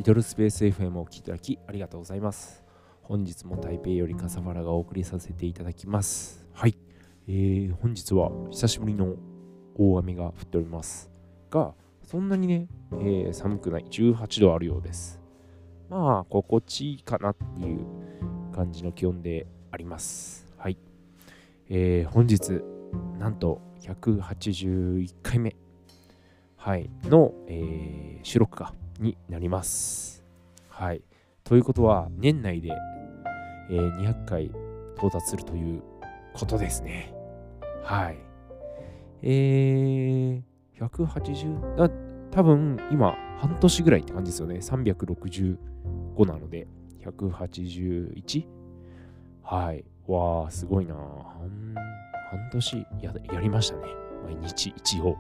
ドルスペース FM をお聞きいただきありがとうございます。本日も台北より笠原がお送りさせていただきます。はい。本日は久しぶりの大雨が降っておりますが、そんなにね、寒くない。18度あるようです。まあ、心地いいかなっていう感じの気温であります。はい。本日、なんと181回目、はい、の、収録かになります。はい。ということは、年内で、200回到達するということですね。はい。180、多分今、半年ぐらいって感じですよね。365なので、181？ はい。わー、すごいな。半年やりましたね。毎日一応。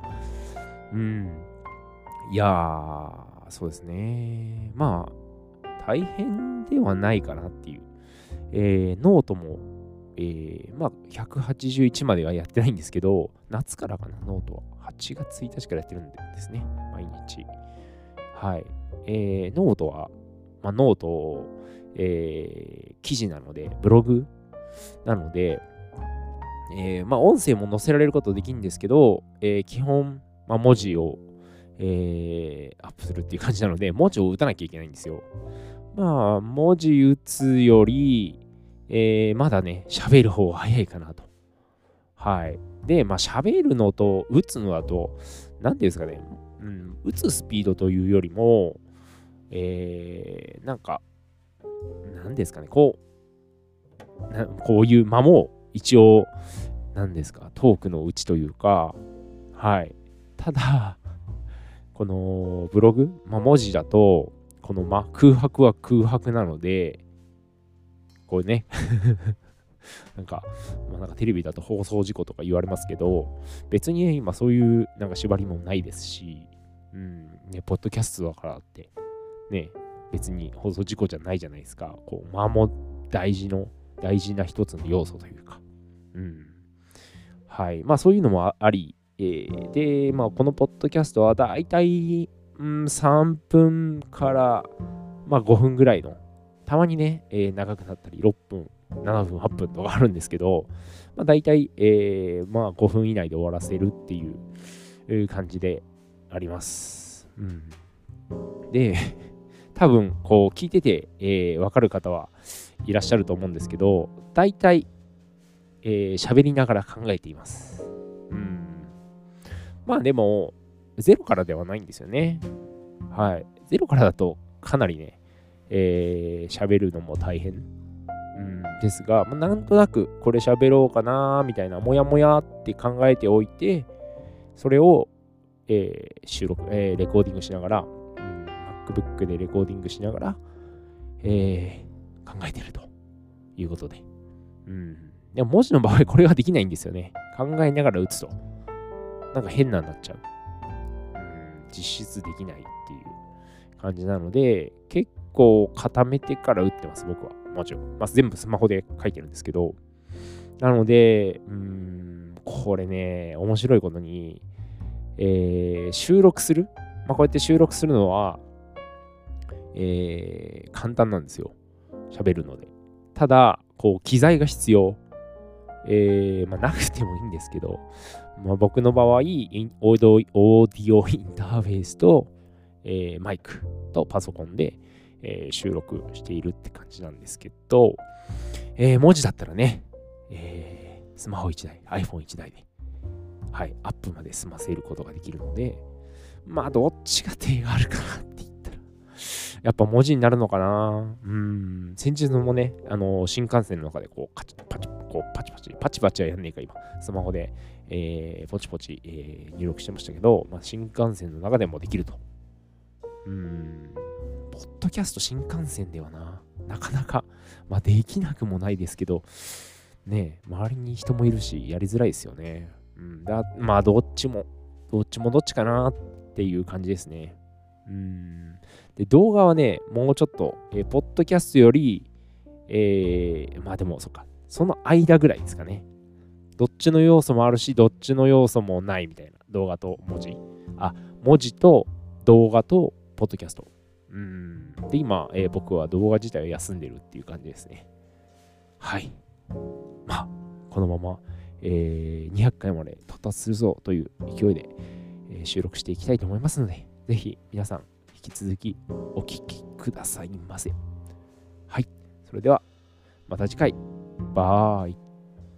いやー、そうですね。まあ、大変ではないかなっていう。ノートも、まあ、181まではやってないんですけど、夏からかな、ノートは。8月1日からやってるんですね、毎日。はい。ノートは、まあ、ノート、記事なので、ブログなので、まあ、音声も載せられることできるんですけど、基本、まあ、文字を、アップするっていう感じなので、文字を打たなきゃいけないんですよ。まあ、文字打つより、まだね、喋る方が早いかなと。はい。で、まあ、喋るのと打つのだと、なんていうんですかね、打つスピードというよりも、なんか、なんですかね、こういう間も一応、なんですか、トークのうちというか、はい。ただ、このブログ、まあ、文字だと、この空白は空白なので、こうね、なんかテレビだと放送事故とか言われますけど、別に、ね、今そういうなんか縛りもないですし、ポッドキャストだからって、ね、別に放送事故じゃないじゃないですか。こう、間も大事な一つの要素というか、はい。まあそういうのもあり、で、まあこのポッドキャストはだいたい、3分から、まあ、5分ぐらいの、たまにね、長くなったり6分、7分、8分とかあるんですけど、まあ、大体、まあ、5分以内で終わらせるっていう感じであります。で、多分、こう、聞いてて、わかる方はいらっしゃると思うんですけど、大体、喋りながら考えています。まあでも、ゼロからではないんですよね。はい。ゼロからだとかなりね、喋るのも大変、ですが、まあ、なんとなくこれ喋ろうかなみたいな、もやもやって考えておいて、それを、収録、レコーディングしながら、MacBook でレコーディングしながら、考えてるということで。でも文字の場合これができないんですよね。考えながら打つと。なんか変なになっちゃう。実質できないっていう感じなので、結構固めてから打ってます、僕は。もちろん。まあ、全部スマホで書いてるんですけど。なので、これね、面白いことに、収録する。まあ、こうやって収録するのは、簡単なんですよ。喋るので。ただ、こう、機材が必要。まあ、なくてもいいんですけど、まあ、僕の場合、オーディオインターフェースと、マイクとパソコンで、収録しているって感じなんですけど、文字だったらね、スマホ1台、iPhone 1台で、はい、アップまで済ませることができるので、まあ、どっちが手があるかなって言ったら、やっぱ文字になるのかな。先日もね、新幹線の中でこう、パチパチはやんねえか、今、スマホで、ポチポチ、入力してましたけど、まあ、新幹線の中でもできると。ポッドキャスト新幹線ではなかなか、まあ、できなくもないですけど、ね、周りに人もいるし、やりづらいですよね。まあ、どっちもどっちかなっていう感じですね。で、動画はね、もうちょっと、ポッドキャストより、まあでも、そっか、その間ぐらいですかね。どっちの要素もあるし、どっちの要素もないみたいな。動画と文字。文字と動画とポッドキャスト。 で今、僕は動画自体を休んでるっていう感じですね。はい。まあ、このまま、200回まで到達するぞという勢いで、収録していきたいと思いますので、ぜひ皆さん引き続きお聞きくださいませ。はい。それでは、また次回。バーイ。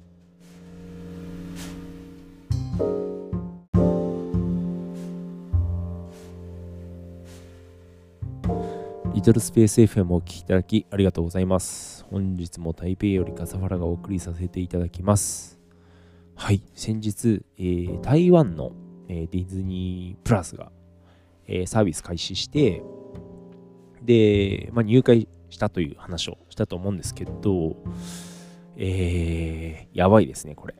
リトルスペース FM をお聞きいただきありがとうございます。本日も台北より笠原がお送りさせていただきます。はい、先日、台湾の、ディズニープラスが、サービス開始して、で、入会したという話をしたと思うんですけど、やばいですね、これ。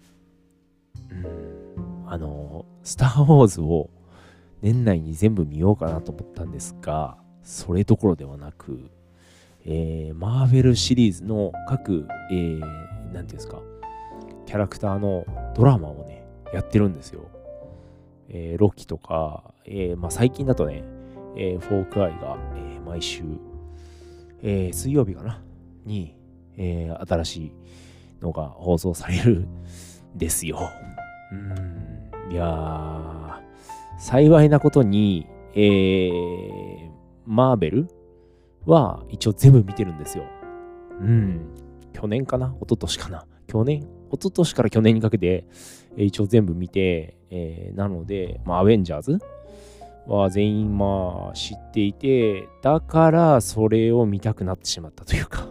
スター・ウォーズを年内に全部見ようかなと思ったんですが、それどころではなく、マーベルシリーズの各、なんていうんですか、キャラクターのドラマをね、やってるんですよ。ロキとか、最近だとね、フォークアイが、毎週、水曜日かなに、新しいのが放送されるんですよ。いやー、幸いなことに、マーベルは一応全部見てるんですよ。去年かな一昨年かな一昨年から去年にかけて、一応全部見て、なので、アベンジャーズは全員知っていて、だからそれを見たくなってしまったというか。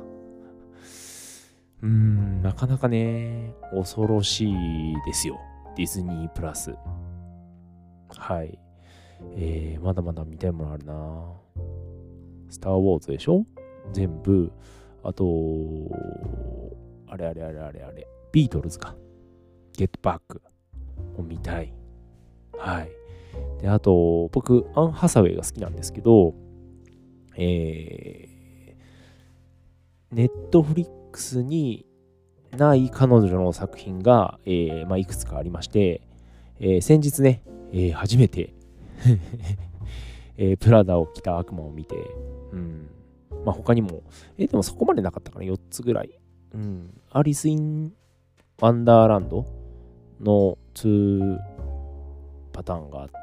なかなかね、恐ろしいですよ。ディズニープラス。はい。まだまだ見たいものあるな。スター・ウォーズでしょ全部。あと、あれ。ビートルズか。ゲットバックを見たい。はい。で、あと、僕、アン・ハサウェイが好きなんですけど、ネットフリックスにない彼女の作品が、いくつかありまして、先日ね、初めてプラダを着た悪魔を見て、他にも、でもそこまでなかったかな、4つぐらい。アリス・イン・ワンダーランドの2パターンがあって、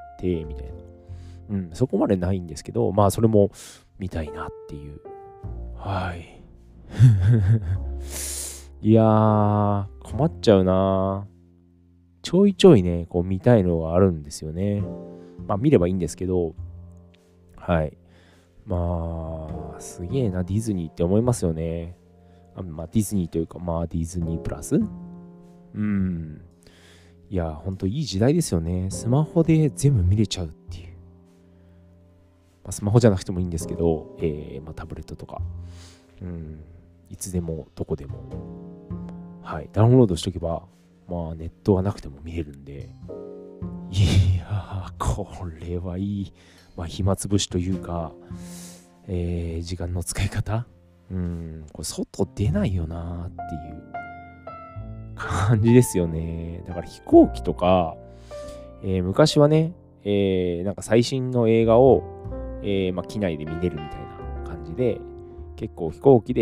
みたいな。そこまでないんですけど、それも見たいなっていう。はい。いやー、困っちゃうな。ちょいちょいね、こう見たいのがあるんですよね。見ればいいんですけど、はい。すげえな、ディズニーって思いますよね。ディズニーというか、ディズニープラス？いや、ほんといい時代ですよね。スマホで全部見れちゃうっていう。スマホじゃなくてもいいんですけど、タブレットとか。いつでも、どこでも。はい。ダウンロードしとけば、ネットがなくても見れるんで。いやー、これはいい。暇つぶしというか、時間の使い方。これ外出ないよなーっていう感じですよね。だから飛行機とか、昔はね、なんか最新の映画を、機内で見れるみたいな感じで、結構飛行機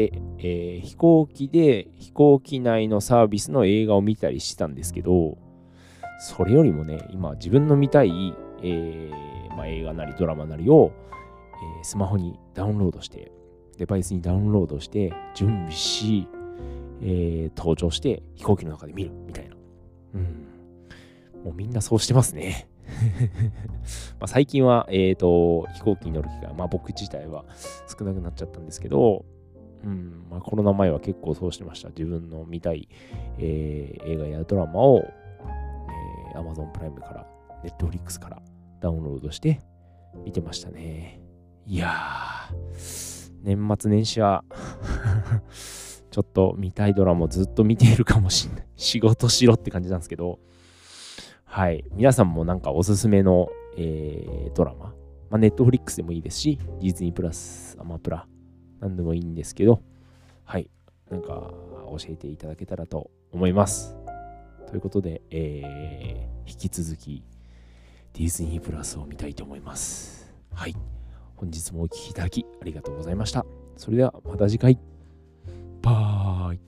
内のサービスの映画を見たりしてたんですけど、それよりもね、今自分の見たい、映画なりドラマなりを、スマホにダウンロードして、デバイスにダウンロードして、準備し、登場して飛行機の中で見るみたいな。もうみんなそうしてますね。最近は、飛行機に乗る機会は、僕自体は少なくなっちゃったんですけど、コロナ前は結構そうしてました。自分の見たい、映画やドラマを、Amazon プライムから、Netflix からダウンロードして見てましたね。いやー、年末年始はちょっと見たいドラマをずっと見ているかもしれない。仕事しろって感じなんですけど、はい。皆さんもなんかおすすめの、ドラマ、Netflix でもいいですし、ディズニープラス、アマプラ、なんでもいいんですけど、はい。なんか教えていただけたらと思います。ということで、引き続きディズニープラスを見たいと思います。はい。 本日もお聞きいただきありがとうございました。それではまた次回。バイ。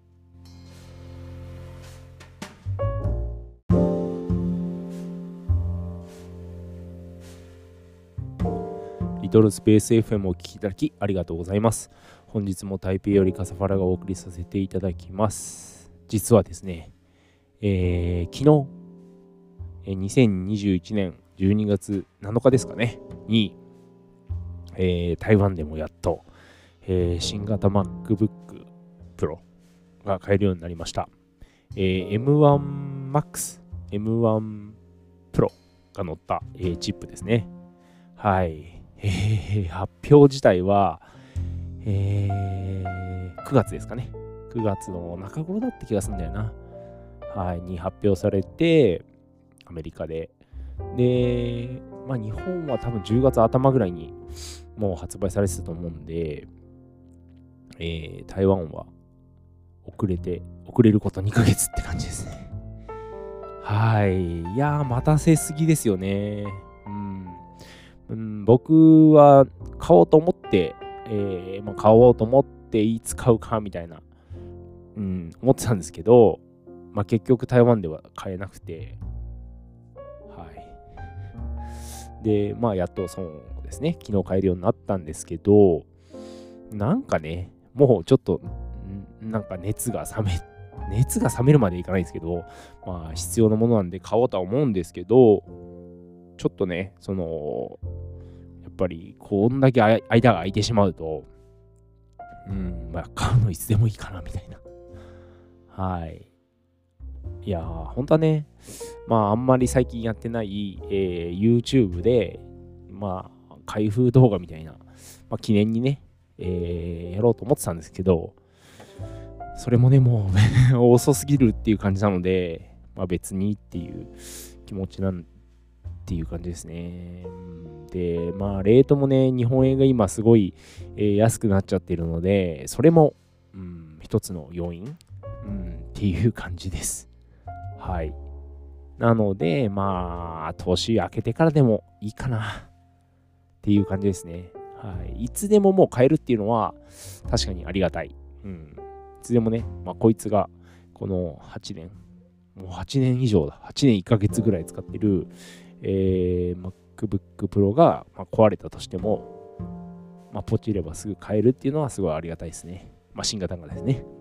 リトルスペース FM をお聞きいただきありがとうございます。本日も台北より笠原がお送りさせていただきます。実はですね、昨日、2021年12月7日ですかね、に、台湾でもやっと、新型 MacBook Pro が買えるようになりました。M1 Max、M1 Pro が載った、チップですね。はい。発表自体は、9月ですかね。9月の中頃だった気がするんだよな。はい。に発表されて、アメリカで。で、まあ日本は多分10月頭ぐらいにもう発売されてたと思うんで、台湾は遅れること2ヶ月って感じですね。はい。いやー、待たせすぎですよね。僕は買おうと思って、買おうと思っていつ買うかみたいな、思ってたんですけど、結局台湾では買えなくて、はい。で、やっとそうですね、昨日買えるようになったんですけど、なんかね、もうちょっと、なんか熱が冷めるまでいかないんですけど、必要なものなんで買おうとは思うんですけど、ちょっとね、やっぱりこんだけ間が空いてしまうと、買うのいつでもいいかなみたいな。はい。いやー、本当はね、あんまり最近やってない、YouTube で、開封動画みたいな、記念にね、やろうと思ってたんですけど、それもね、もう遅すぎるっていう感じなので、別にっていう気持ちっていう感じですね。で、レートもね、日本円が今すごい、安くなっちゃってるので、それも、一つの要因、っていう感じです。はい。なので、年明けてからでもいいかなっていう感じですね。はい。いつでももう買えるっていうのは確かにありがたい。いつでもね、こいつがこの8年、もう8年以上だ。8年1ヶ月ぐらい使ってる、MacBook Pro が、壊れたとしても、ポチればすぐ買えるっていうのはすごいありがたいですね。新型がですね。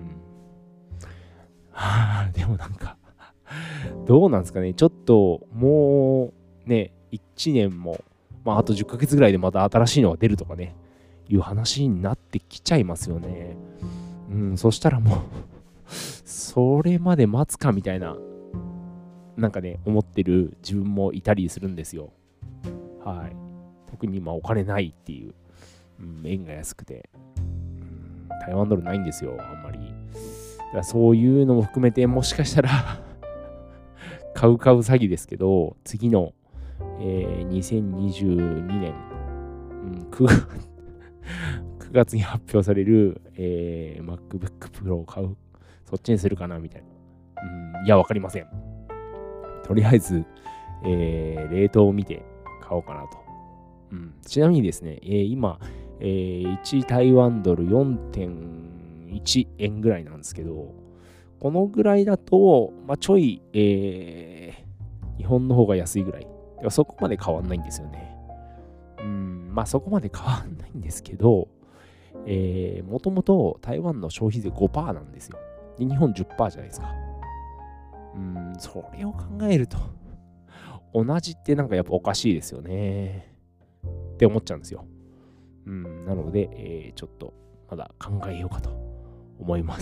でもなんかどうなんですかね。ちょっともうね、1年も、あと10ヶ月ぐらいでまた新しいのが出るとかね、いう話になってきちゃいますよね。そしたらもうそれまで待つかみたいな、なんかね、思ってる自分もいたりするんですよ。はい。特にお金ないっていう、円が安くて、台湾ドルないんですよ、あんまり。だからそういうのも含めて、もしかしたら買う詐欺ですけど、次の、2022年、9月に発表される、MacBook Pro を買う、そっちにするかなみたいな。いや、わかりません。とりあえず、レートを見て買おうかなと。ちなみにですね、今、1台湾ドル 4.1 円ぐらいなんですけど、このぐらいだと、ちょい、日本の方が安いぐらい。そこまで変わんないんですよね。そこまで変わんないんですけど、もともと台湾の消費税 5% なんですよ。で、日本 10% じゃないですか。それを考えると、同じってなんかやっぱおかしいですよね。って思っちゃうんですよ。なので、ちょっとまだ考えようかと思います。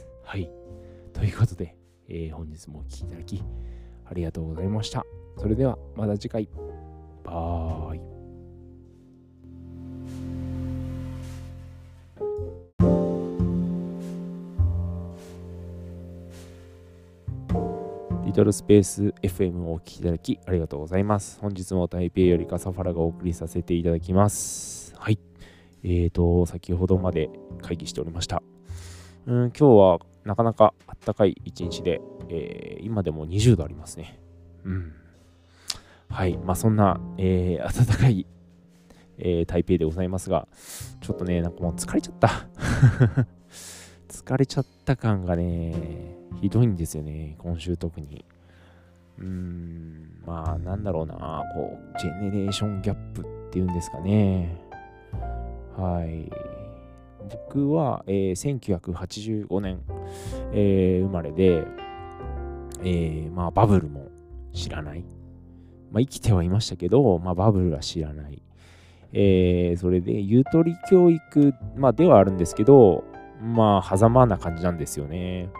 はい。ということで、本日もお聴きいただきありがとうございました。それではまた次回。バーイ。リトルスペース FM をお聞きいただきありがとうございます。本日も台北より笠原がお送りさせていただきます。はい。先ほどまで会議しておりました。今日はなかなか暖かい一日で、今でも20度ありますね。はい。そんな、暖かい、 台北でございますが、ちょっとね、なんかもう疲れちゃった。疲れちゃった感がね、ひどいんですよね、今週特に。まあ、なんだろうな、こう、ジェネレーションギャップっていうんですかね。はい。僕は、1985年、生まれで、まあ、バブルも知らない。まあ、生きてはいましたけど、まあ、バブルは知らない。それで、ゆとり教育、まあ、ではあるんですけど、まあ、狭間な感じなんですよね。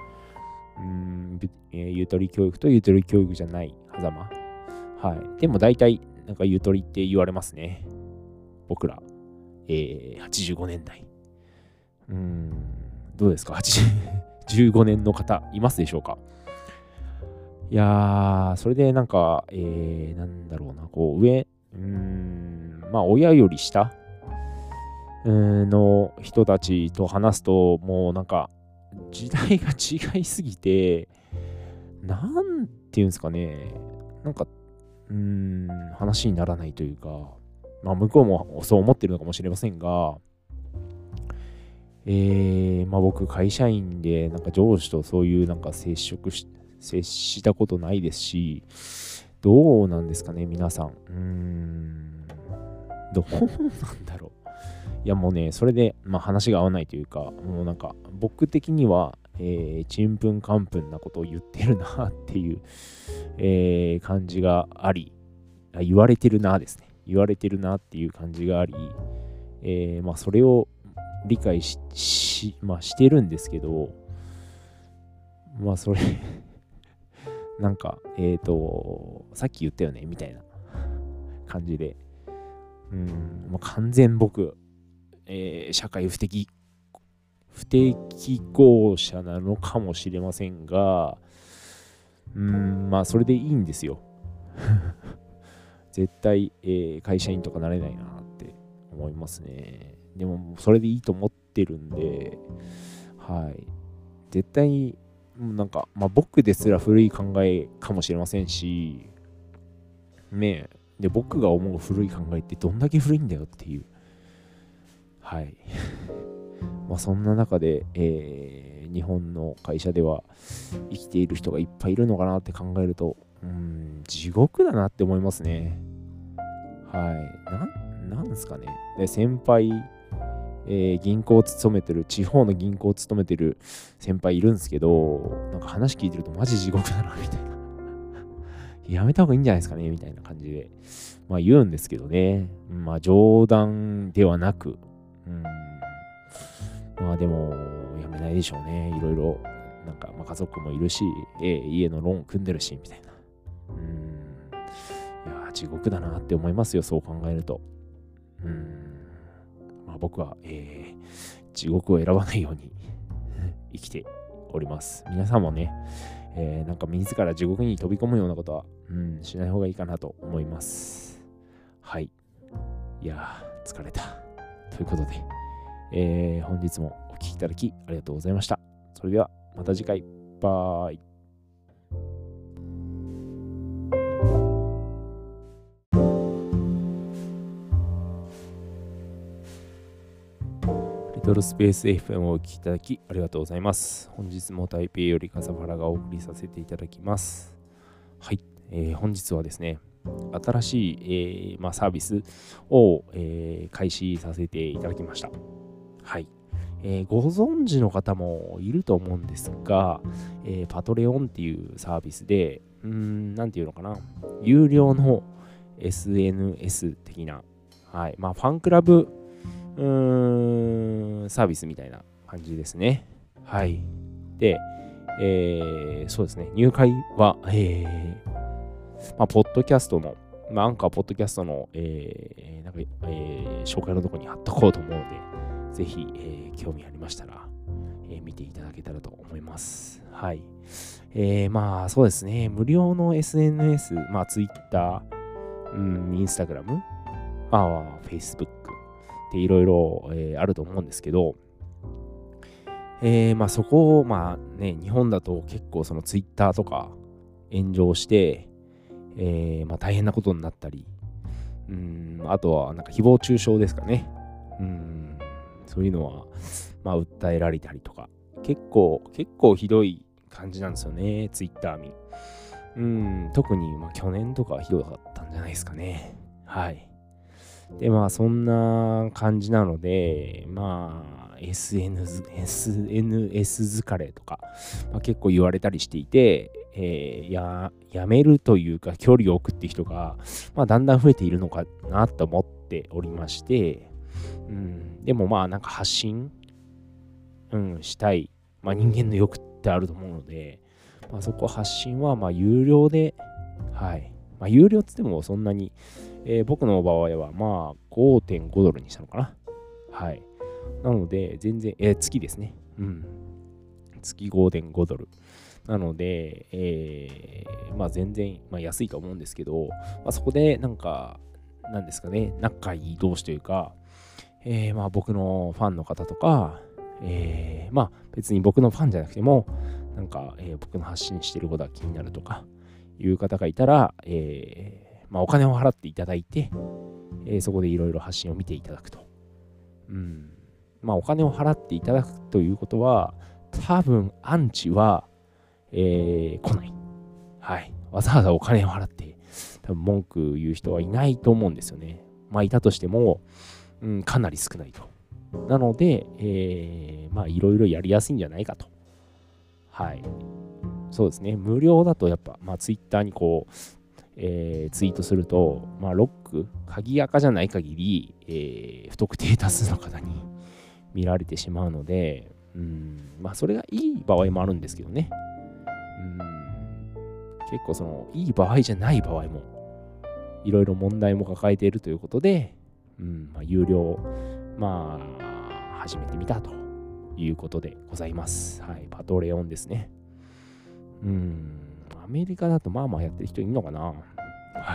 ゆとり教育とゆとり教育じゃない狭間。はい。でも大体、なんかゆとりって言われますね。僕ら。85年代。どうですか ?15 年の方、いますでしょうか？いやー、それでなんか、なんだろうな、こう、まあ、親より下の人たちと話すと、もうなんか、時代が違いすぎて、なんていうんですかね、なんか、話にならないというか、まあ、向こうもそう思ってるのかもしれませんが、まあ、僕、会社員で、なんか上司とそういうなんか接したことないですし、どうなんですかね、皆さん。どうなんだろう。いやもうね、それで、まあ、話が合わないというか、もうなんか、僕的には、ちんぷんかんぷんなことを言ってるなっていう、感じがあり、言われてるなですね。言われてるなっていう感じがあり、まあ、それを理解まあ、してるんですけど、まあ、それなんか、さっき言ったよね、みたいな感じで、もう完全僕、社会不適合者なのかもしれませんが、まあ、それでいいんですよ。絶対、会社員とかなれないなって思いますね。でも、それでいいと思ってるんで、はい。絶対、なんか、まあ、僕ですら古い考えかもしれませんし、ねえ、で、僕が思う古い考えってどんだけ古いんだよっていう。はい。まあ、そんな中で、日本の会社では生きている人がいっぱいいるのかなって考えると、地獄だなって思いますね。はい。なんですかね。で、先輩、銀行を勤めてる、地方の銀行を勤めてる先輩いるんですけど、なんか話聞いてるとマジ地獄だな、みたいな。やめた方がいいんじゃないですかね、みたいな感じで、まあ言うんですけどね。まあ冗談ではなく、まあでも、やめないでしょうね。いろいろ、なんか、まあ、家族もいるし、家のローン組んでるし、みたいな。いやー、地獄だなって思いますよ、そう考えると。まあ僕は、地獄を選ばないように生きております。皆さんもね、なんか自ら地獄に飛び込むようなことは、しない方がいいかなと思います。はい。いやー、疲れた。ということで、本日もお聴きいただきありがとうございました。それではまた次回。バイ。リトルスペース FM をお聴きいただきありがとうございます。本日も台北より笠原がお送りさせていただきます。はい。本日はですね、新しい、まあ、サービスを、開始させていただきました。はい。ご存知の方もいると思うんですが、パトレオンっていうサービスで、なんていうのかな、有料の SNS 的な、はい、まあ、ファンクラブ、サービスみたいな感じですね。はい。で、そうですね、入会は、まあ、ポッドキャストの、まあ、アンカーポッドキャストの、なんか紹介のところに貼っとこうと思うので、ぜひ、興味ありましたら、見ていただけたらと思います。はい。まあそうですね、無料の SNS、まあ Twitter、Instagram、Facebook っていろいろあると思うんですけど、まあそこを、まあね、日本だと結構その Twitter とか炎上して、まあ大変なことになったり、 あとはなんか誹謗中傷ですかね。そういうのは、まあ、訴えられたりとか、結構ひどい感じなんですよね、ツイッターに。特に、まあ、去年とかはひどかったんじゃないですかね。はい。で、まあ、そんな感じなので、まあ、SNS 疲れとか、まあ、結構言われたりしていて、やめるというか、距離を置くっていう人が、まあ、だんだん増えているのかなと思っておりまして、でもまあ、なんか発信、したい、まあ、人間の欲ってあると思うので、まあ、そこ発信はまあ有料で、はい。まあ、有料っつってもそんなに、僕の場合はまあ $5.5 にしたのかな。はい。なので、全然、月ですね。月$5.5。なので、まあ全然、まあ、安いと思うんですけど、まあ、そこでなんか、なんですかね、仲いい同士というか、まあ僕のファンの方とか、まあ別に僕のファンじゃなくても、なんか、僕の発信してることが気になるとかいう方がいたら、まあお金を払っていただいて、そこでいろいろ発信を見ていただくと。まあお金を払っていただくということは、多分アンチは、来ない。はい。わざわざお金を払って、多分文句言う人はいないと思うんですよね。まあいたとしても、かなり少ないと。なので、まあいろいろやりやすいんじゃないかと。はい。そうですね。無料だとやっぱ、まあツイッターにこう、ツイートすると、まあロック、鍵垢じゃない限り、不特定多数の方に見られてしまうので、まあそれがいい場合もあるんですけどね。結構その、いい場合じゃない場合も、いろいろ問題も抱えているということで、まあ有料、まあ、始めてみたということでございます。はい。パトレオンですね。アメリカだとまあまあやってる人いるのかな。はい。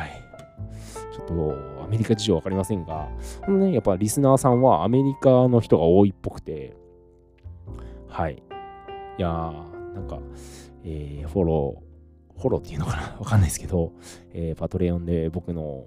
ちょっとアメリカ事情わかりませんが、やっぱリスナーさんはアメリカの人が多いっぽくて、はい。いやー、なんか、フォローっていうのかなわかんないですけど、パトレオンで僕の、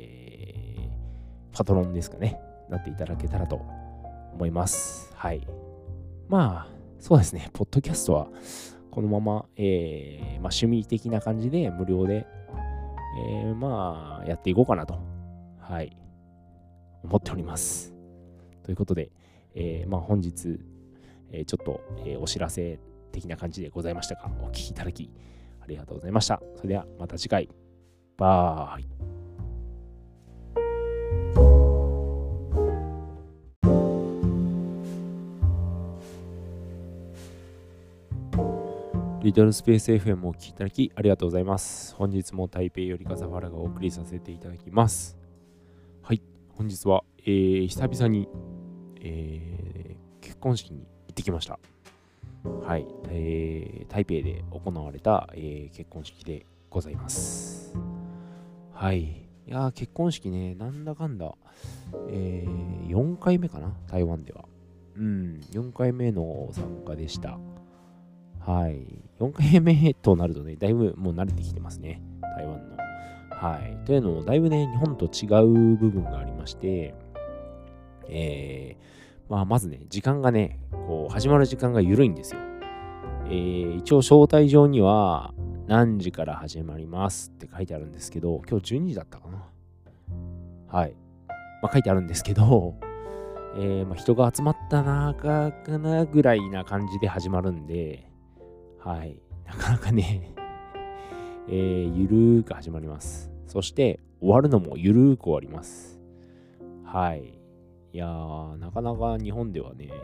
パトロンですかね。なっていただけたらと思います。はい。まあ、そうですね。ポッドキャストはこのまま、まあ、趣味的な感じで無料で、まあ、やっていこうかなと、はい、思っております。ということで、まあ、本日、ちょっと、お知らせ的な感じでございましたが、お聞きいただきありがとうございました。それではまた次回。バイ。リトルスペース FM をお聞きいただきありがとうございます。本日も台北より笠原がお送りさせていただきます。はい、本日は、久々に、結婚式に行ってきました。はい、台北で行われた、結婚式でございます。はい、いや結婚式ね、なんだかんだ、4回目かな、台湾では。4回目の参加でした。はい。4回目となるとね、だいぶもう慣れてきてますね。台湾の。はい。というのも、だいぶね、日本と違う部分がありまして、まあ、まずね、時間がね、こう、始まる時間が緩いんですよ。一応、招待状には、何時から始まりますって書いてあるんですけど、今日12時だったかな。はい。まあ、書いてあるんですけど、まあ、人が集まったなかなぐらいな感じで始まるんで、はい。なかなかね、ゆるーく始まります。そして、終わるのもゆるーく終わります。はい。いやー、なかなか日本ではね、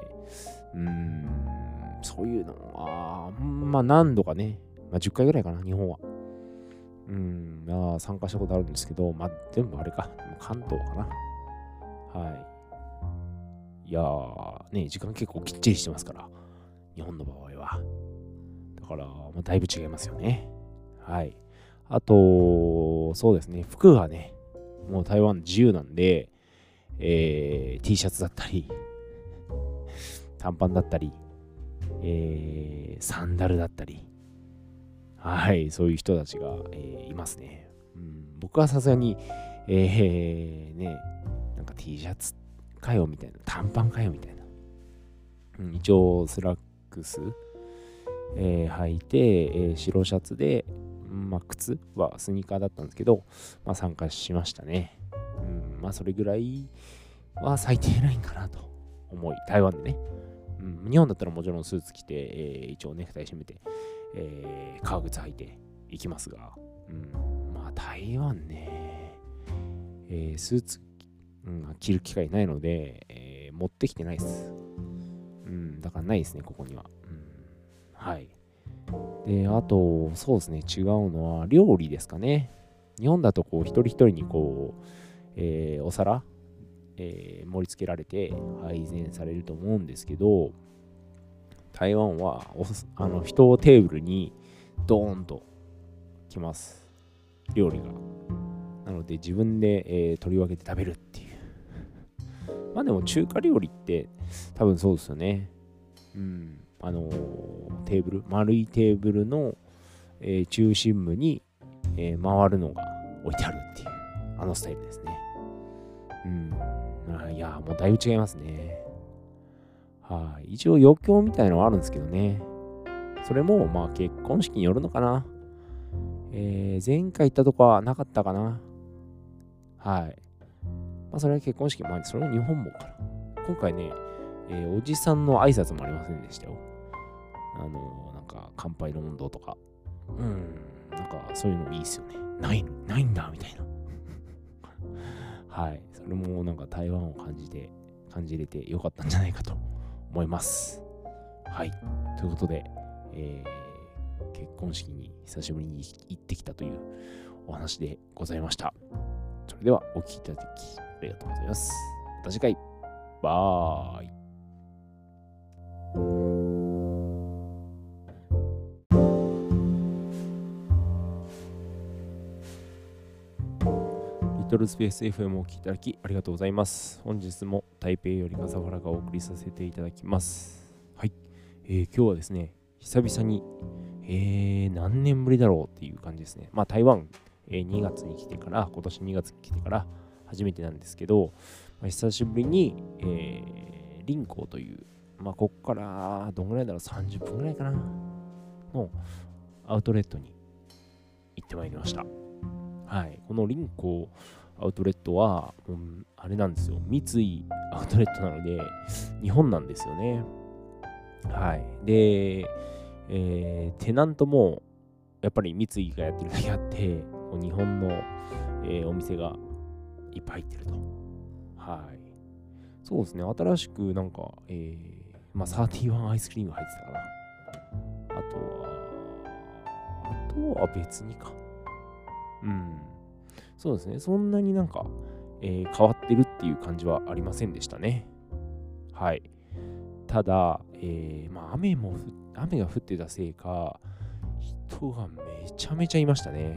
そういうのは、まあ何度かね、まあ10回ぐらいかな、日本は。まあ参加したことあるんですけど、まあ全部あれか、関東かな。はい。いやー、ね、時間結構きっちりしてますから、日本の場合は。だから、まあ、だいぶ違いますよね。はい。あと、そうですね、服がね、もう台湾自由なんで、T シャツだったり、短パンだったり、サンダルだったり、はい、そういう人たちが、いますね。僕はさすがに、 なんか T シャツかよみたいな、短パンかよみたいな。一応スラックス、履いて、白シャツで、靴はスニーカーだったんですけど、参加しましたね。それぐらいは最低ラインかなと思い、台湾でね。日本だったらもちろんスーツ着て、一応ネクタイ締めて、革靴履いていきますが、台湾ね、スーツ、着る機会ないので、持ってきてないです。だからないですね、ここには。はい。で、あと、そうですね、違うのは料理ですかね。日本だとこう、一人一人にこう、お皿、盛り付けられて配膳されると思うんですけど、台湾は人をテーブルにドーンと来ます。料理が。なので自分で、取り分けて食べるっていう。でも中華料理って多分そうですよね。テーブル、丸いテーブルの、中心部に、回るのが置いてあるっていう、スタイルですね。いや、もうだいぶ違いますね。一応余興みたいのはあるんですけどね。それも結婚式によるのかな。前回行ったとこはなかったかな。それは結婚式もそれも日本もかな。今回ね、おじさんの挨拶もありませんでしたよ。なんか乾杯の温度とか。なんかそういうのいいっすよね。ないんだみたいな。それもなんか台湾を感じ入れてよかったんじゃないかと思います。ということで、結婚式に久しぶりに行ってきたというお話でございました。それではお聞きいただきありがとうございます。また次回。バーイ。リトルスペース FM をお聞きいただきありがとうございます。本日も台北より笠原がお送りさせていただきます。今日はですね、久々に、何年ぶりだろうっていう感じですね。台湾、2月に来てから、今年2月に来てから初めてなんですけど、久しぶりに、林口という、ここからどんぐらいだろう、30分ぐらいかなのアウトレットに行ってまいりました。この林口アウトレットは、あれなんですよ、三井アウトレットなので、日本なんですよね。で、テナントもやっぱり三井がやってるだけあって、日本の、お店がいっぱい入ってると。そうですね、新しくなんか、31アイスクリーム入ってたかな。あとは別にか。そうですね、そんなになんか、変わってるっていう感じはありませんでしたね。ただ、雨が降ってたせいか、人がめちゃめちゃいましたね。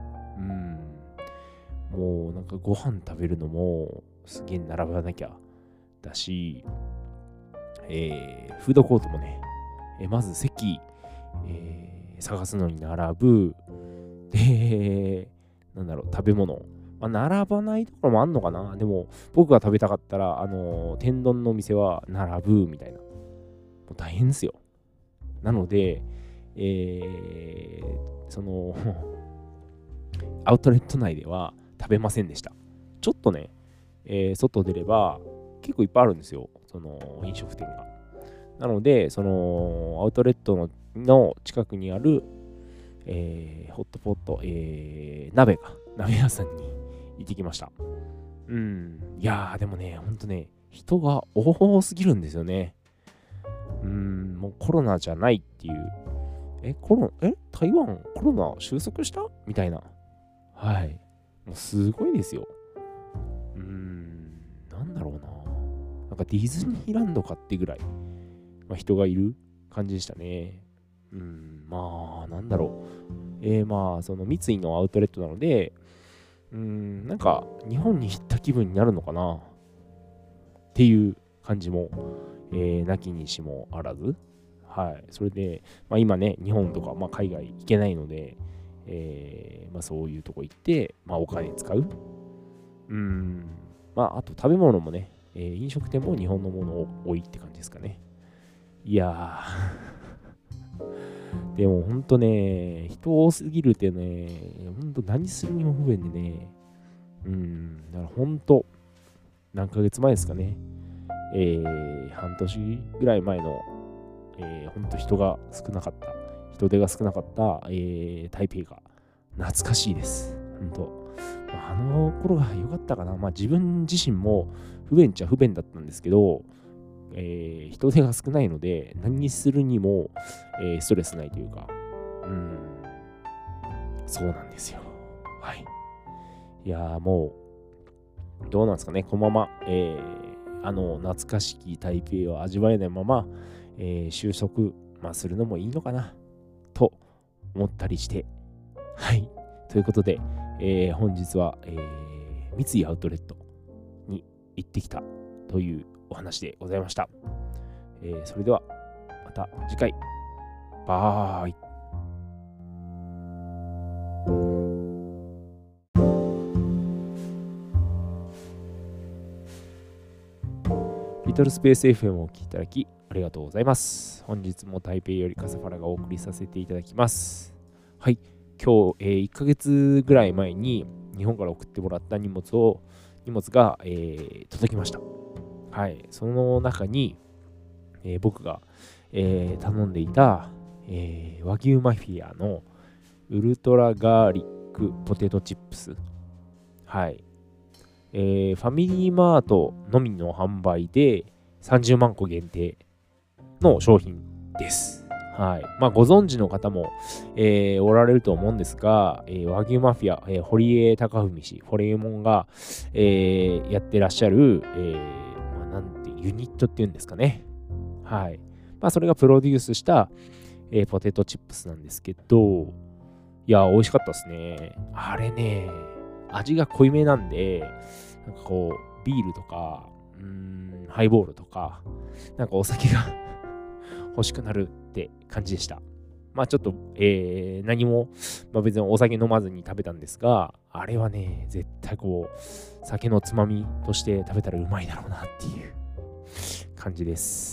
もうなんかご飯食べるのもすげえ並ばなきゃだし、フードコートもね、まず席、探すのに並ぶ。で、食べ物。並ばないところもあんのかな。でも、僕が食べたかったら、天丼の店は並ぶみたいな。もう大変ですよ。なので、アウトレット内では食べませんでした。ちょっとね、外出れば結構いっぱいあるんですよ。飲食店が。なので、アウトレットの近くにある、ホットポット、鍋屋さんに行ってきました。いやー、でもね、ほんとね、人が多すぎるんですよね。もうコロナじゃないっていう。台湾コロナ収束したみたいな。もうすごいですよ。なんだろうな。なんかディズニーランドかってぐらい、人がいる感じでしたね。なんだろう。その三井のアウトレットなので、なんか日本に行った気分になるのかなっていう感じも、なきにしもあらず。それで、今ね、日本とか、海外行けないので、そういうとこ行って、お金使う。 まあ、あと食べ物もね、飲食店も日本のもの多いって感じですかね。いやー、でもほんとね、人多すぎるってね、ほんと何するにも不便でね、だからほんと、何ヶ月前ですかね、半年ぐらい前の、ほんと人手が少なかった、台北が懐かしいです。ほんと。あの頃が良かったかな。まあ自分自身も不便っちゃ不便だったんですけど、人手が少ないので、何にするにも、ストレスないというか、そうなんですよ。はい。いやーもう、どうなんですかね。このまま、懐かしき台北を味わえないまま、収束、するのもいいのかな、と思ったりして。はい。ということで、本日は、三井アウトレットに行ってきたというお話でございました。それではまた次回。バーイ。リトルスペース FM をお聞きいただきありがとうございます。本日も台北より笠原がお送りさせていただきます。はい。今日、1ヶ月ぐらい前に日本から送ってもらった荷物が、届きました。はい。その中に、僕が、頼んでいた、和牛マフィアのウルトラガーリックポテトチップス。はい。ファミリーマートのみの販売で30万個限定の商品です。はい。ご存知の方も、おられると思うんですが、和牛マフィア、堀江貴文氏、ホリエモンが、やってらっしゃる、ユニットっていうんですかね。はい。それがプロデュースした、ポテトチップスなんですけど、いや、美味しかったですね。あれね、味が濃いめなんで、なんかこう、ビールとか、ハイボールとか、なんかお酒が欲しくなるって感じでした。ちょっと、何も、別にお酒飲まずに食べたんですが、あれはね、絶対こう、酒のつまみとして食べたらうまいだろうなっていう感じです。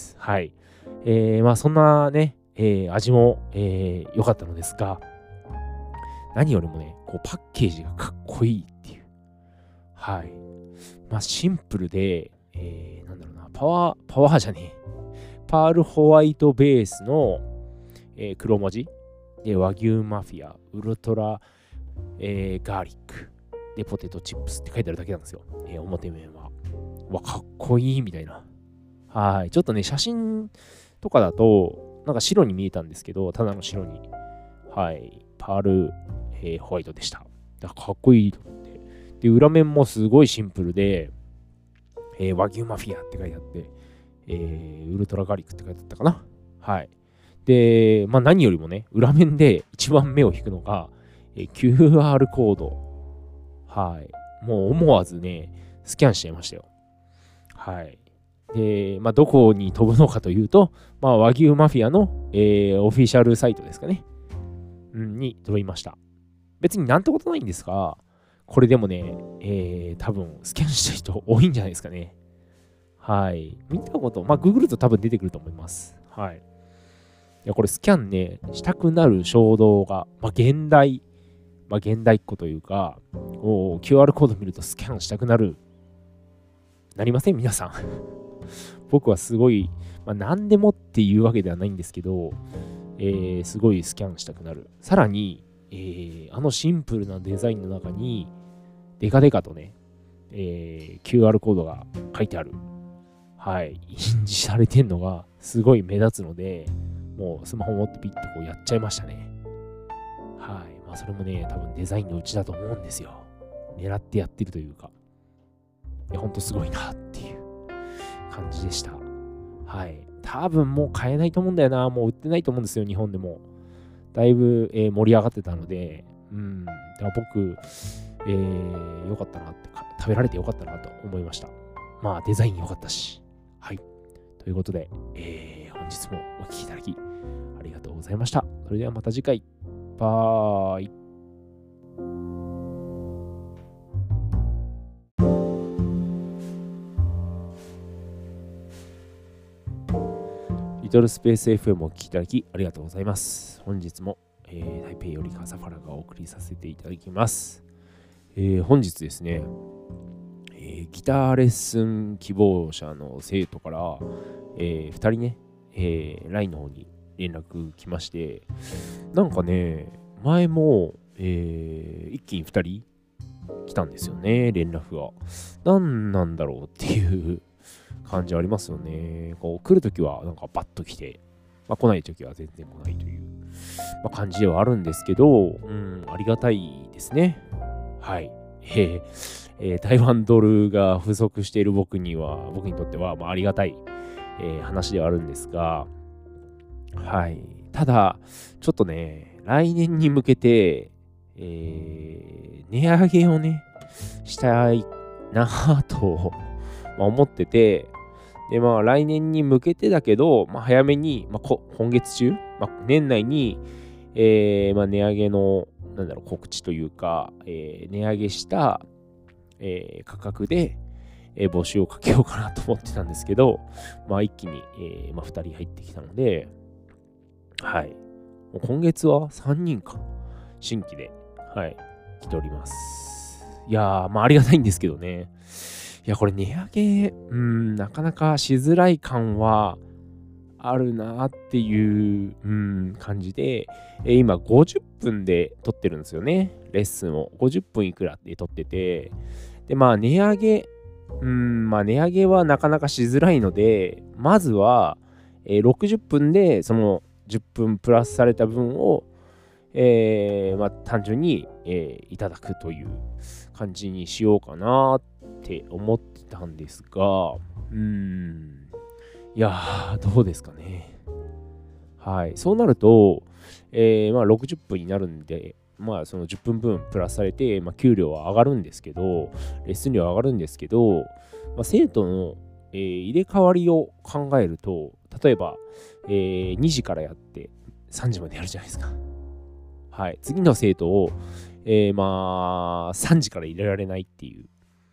はい。そんなね、味も良かったのですが、何よりもね、こうパッケージがかっこいいっていう。はい。シンプルで、パワーじゃねえ。パールホワイトベースの、黒文字で和牛マフィア、ウルトラ、ガーリックでポテトチップスって書いてあるだけなんですよ。表面は。かっこいいみたいな。はい。ちょっとね、写真とかだと、なんか白に見えたんですけど、ただの白に。はい。パール、ホワイトでした。だからかっこいいと思って。で、裏面もすごいシンプルで、和牛マフィアって書いてあって、ウルトラガーリックって書いてあったかな。はい。で、何よりもね、裏面で一番目を引くのが、QR コード。はい。もう思わずね、スキャンしちゃいましたよ。はい。で、どこに飛ぶのかというと、和牛マフィアの、オフィシャルサイトですかね。に飛びました。別になんてことないんですが、これでもね、多分スキャンした人多いんじゃないですかね。はい。見たこと、ググると多分出てくると思います。はい。いや、これスキャンね、したくなる衝動が、現代っ子というか、QR コード見るとスキャンしたくなりません皆さん。僕はすごい、何でもっていうわけではないんですけど、すごいスキャンしたくなる。さらに、あのシンプルなデザインの中に、デカデカとね、QR コードが書いてある。はい。印字されてんのがすごい目立つので、もうスマホ持ってピッとこうやっちゃいましたね。はい。それもね、多分デザインのうちだと思うんですよ。狙ってやってるというか。いや、ほんとすごいなっていう感じでした。はい。多分もう買えないと思うんだよな。もう売ってないと思うんですよ、日本でも。だいぶ、盛り上がってたので、だから僕、良かったなって、食べられて良かったなと思いました。デザイン良かったし。はい。ということで、本日もお聴きいただきありがとうございました。それではまた次回。バーイ。 トルスペース FM をお聞きいただきありがとうございます。本日も、台北よりカサファラがお送りさせていただきます。本日ですね、ギターレッスン希望者の生徒から、2人ね、LINE の方に連絡来まして、なんかね、前も、一気に2人来たんですよね、連絡が。何なんだろうっていう感じありますよね。こう来るときはなんかバッと来て、来ないときは全然来ないという、感じではあるんですけど、ありがたいですね。はい。台湾ドルが不足している僕にとっては、ありがたい、話ではあるんですが、はい。ただ、ちょっとね、来年に向けて、値上げをね、したいなぁと思ってて、で、来年に向けてだけど、早めに、今月中、年内に、値上げの、告知というか、値上げした、価格で、募集をかけようかなと思ってたんですけど、一気に、2人入ってきたので、はい。もう今月は3人か。新規で、はい、来ております。いやー、ありがたいんですけどね。いや、これ値上げ、なかなかしづらい感はあるなっていう、感じで、今50分で撮ってるんですよね。レッスンを50分いくらで撮ってて、で、値上げ、値上げはなかなかしづらいので、まずは、60分でその10分プラスされた分を、単純に、いただくという感じにしようかなって思ってたんですが、いやー、どうですかね。はい。そうなると、60分になるんで、その10分分プラスされて、給料は上がるんですけど、レッスン料は上がるんですけど、生徒の、入れ替わりを考えると、例えば、2時からやって3時までやるじゃないですか。はい。次の生徒を、3時から入れられないっていう、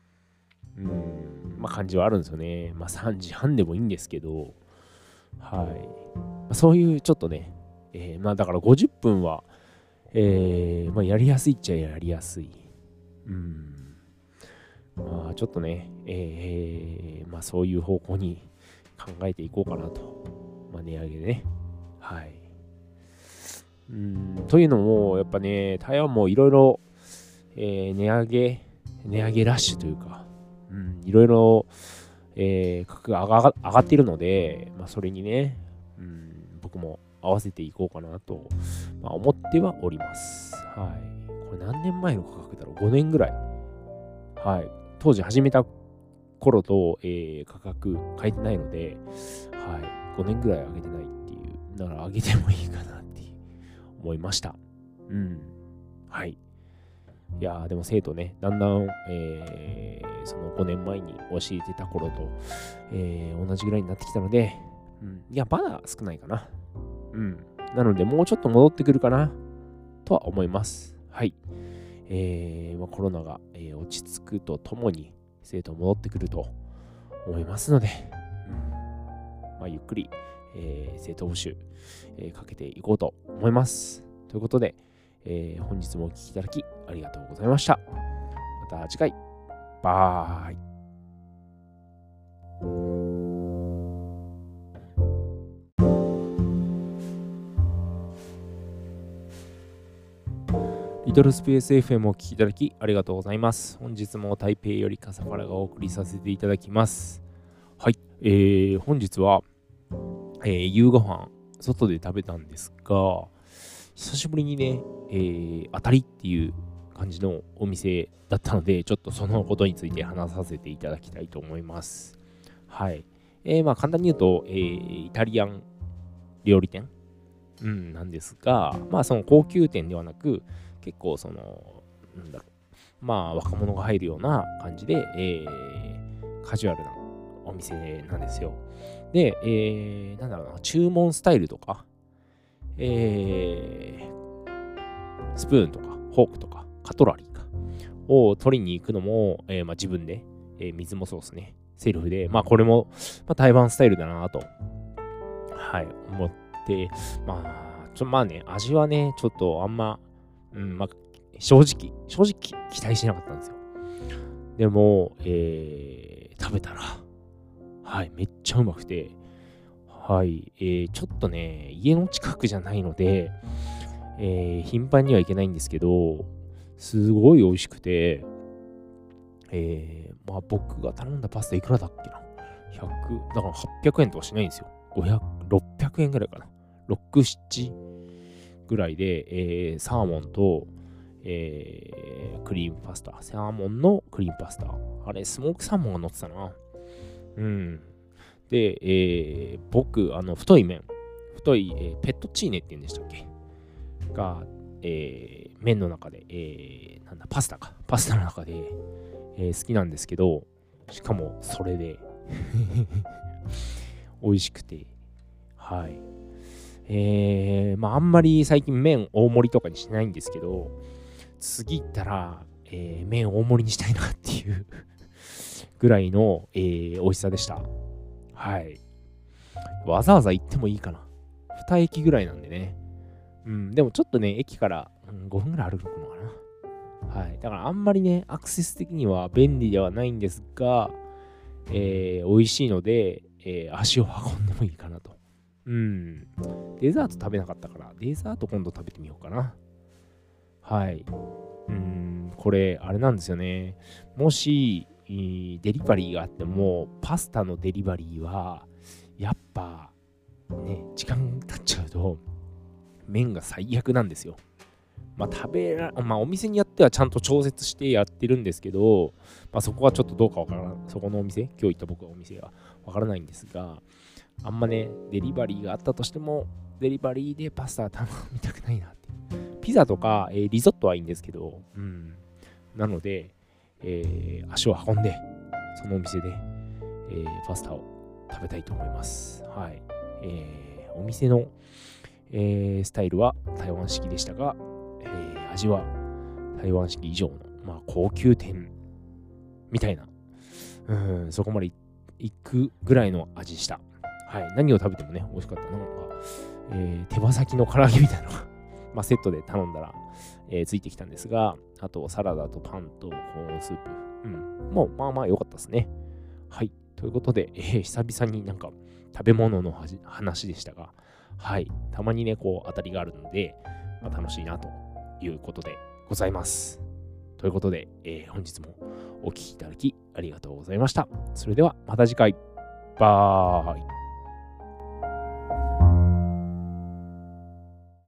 感じはあるんですよね。3時半でもいいんですけど、はい。そういうちょっとね、だから50分は、やりやすいっちゃやりやすい。ちょっとね、そういう方向に考えていこうかなと。値上げでね。はい。というのも、やっぱね、台湾もいろいろ、値上げラッシュというか、いろいろ、価格が上がっているので、それにね、僕も合わせていこうかなと、思ってはおります。はい。これ何年前の価格だろう ?5 年ぐらい。はい。当時始めた頃と、価格変えてないので、はい。5年ぐらい上げてないっていう。だから上げてもいいかなって思いました。はい。いやー、でも生徒ね、だんだん、その5年前に教えてた頃と、同じぐらいになってきたので、いや、まだ少ないかな。なので、もうちょっと戻ってくるかな、とは思います。はい。コロナが、落ち着くとともに、生徒戻ってくると思いますので、ゆっくり、生徒募集、かけていこうと思います。ということで、本日もお聴きいただきありがとうございました。また次回。バーイ。リトルスペース FM をお聴きいただきありがとうございます。本日も台北よりカサファラがお送りさせていただきます。はい。本日は、夕ご飯外で食べたんですが、久しぶりにね、当たりっていう感じのお店だったので、ちょっとそのことについて話させていただきたいと思います。はい。簡単に言うと、イタリアン料理店、なんですが、その高級店ではなく、結構その、若者が入るような感じで、カジュアルなお店なんですよ。で、注文スタイルとか、スプーンとかフォークとかカトラリーかを取りに行くのも、自分で、水もそうですね、セルフで、これも、台湾スタイルだなと、ははい、思って、まあね、味はね、ちょっとあんま、正直期待してなかったんですよ。でも、食べたら、はい、めっちゃうまくて、はい、ちょっとね、家の近くじゃないので、頻繁には行けないんですけど、すごい美味しくて、僕が頼んだパスタいくらだっけな ?100、だから800円とかしないんですよ。500、600円ぐらいかな。6、7ぐらいで、サーモンと、クリームパスタ。サーモンのクリームパスタ。あれ、スモークサーモンが乗ってたな。うん。で、僕、太い、ペットチーネって言うんでしたっけが、麺の中で、パスタの中で、好きなんですけど、しかもそれで美味しくて、はい。あんまり最近麺大盛りとかにしないんですけど、次行ったら、麺大盛りにしたいなっていうぐらいの、美味しさでした。はい。わざわざ行ってもいいかな。2駅ぐらいなんでね。でもちょっとね、駅から、5分ぐらい歩くのかな。はい。だからあんまりね、アクセス的には便利ではないんですが、美味しいので、足を運んでもいいかなと。デザート食べなかったから、デザート今度食べてみようかな。はい。これ、あれなんですよね。もし、デリバリーがあっても、パスタのデリバリーは、やっぱ、ね、時間経っちゃうと、麺が最悪なんですよ。お店によってはちゃんと調節してやってるんですけど、そこはちょっとどうかわからない。そこのお店、今日行った僕はお店はわからないんですが、あんまね、デリバリーがあったとしても、デリバリーでパスタ頼みたくないなって。ピザとか、リゾットはいいんですけど、なので、足を運んで、そのお店で、パスタを食べたいと思います。はい。お店の、スタイルは台湾式でしたが、味は台湾式以上の、高級店みたいな、そこまで行くぐらいの味でした。はい。何を食べてもね、美味しかった。なんか、手羽先の唐揚げみたいなのがセットで頼んだら、ついてきたんですが、あとサラダとパンとコーンスープ。もう良かったですね。はい。ということで、久々になんか食べ物の話でしたが、はい。たまにね、こう当たりがあるので、楽しいなということでございます。ということで、本日もお聞きいただきありがとうございました。それではまた次回。バイ。